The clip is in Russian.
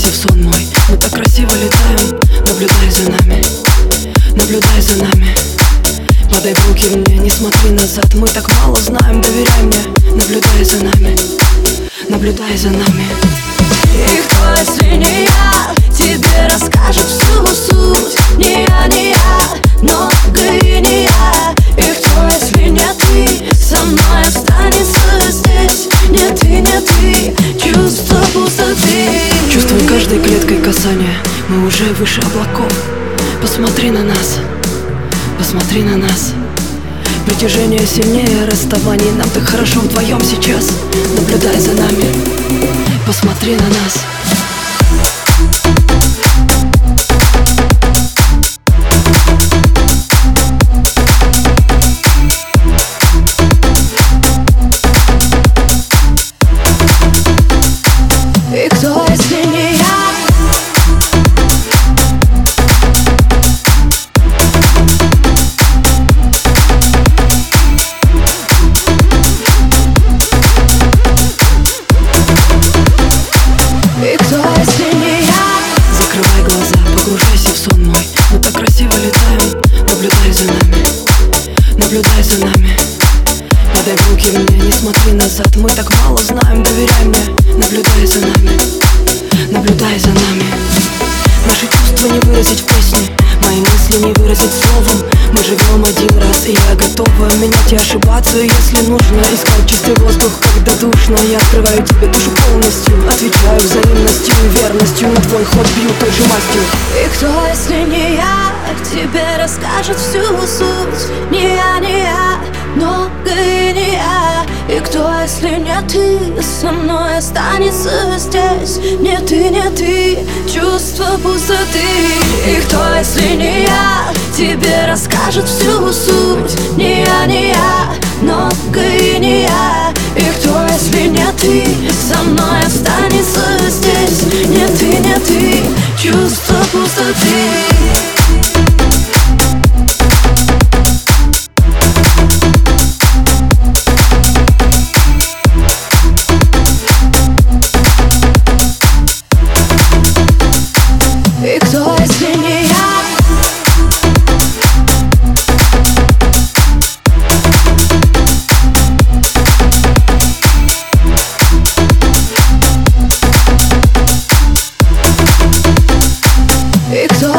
Погружайся в сон мой, мы так красиво летаем. Наблюдай за нами, наблюдай за нами. Подай в руки мне, не смотри назад. Мы так мало знаем, доверяй мне. Наблюдай за нами, наблюдай за нами. И кто, если не я, тебе расскажет всю суть? Не я, не я, но и не я. И кто, если не ты, со мной останется здесь? Не ты, не ты, чувство пустоты. Чувствуй каждой клеткой касания, мы уже выше облаков. Посмотри на нас, посмотри на нас. Притяжение сильнее расставаний. Нам так хорошо вдвоем сейчас. Наблюдай за нами, посмотри на нас. И кто, если не я? И кто, если не я? Закрывай глаза, погружайся в сон мой. Мы так красиво летаем. Наблюдай за нами, наблюдай за нами. Подай в руки мне, не смотри назад. Мы так мало знаем, доверяй мне. Наблюдай за нами, наблюдай за нами. Наши чувства не выразить в песне, мои мысли не выразить словом. Мы живем один раз, и я готова менять и ошибаться, если нужно. Искать чистый воздух, когда душно. Я открываю тебе душу полностью, отвечаю взаимностью и верностью. На твой ход бью той же мастью. И кто, если не я, тебе расскажет всю суть? Не я, не я, но и не я. И кто, если не ты, со мной останется здесь? Не ты, не ты, чувство пустоты. И кто, если не я, тебе расскажет всю суть? Не я, не я, но и не я. И кто, если не ты, со мной останется здесь? Не ты, не ты, чувство пустоты. И кто, если не я? И кто,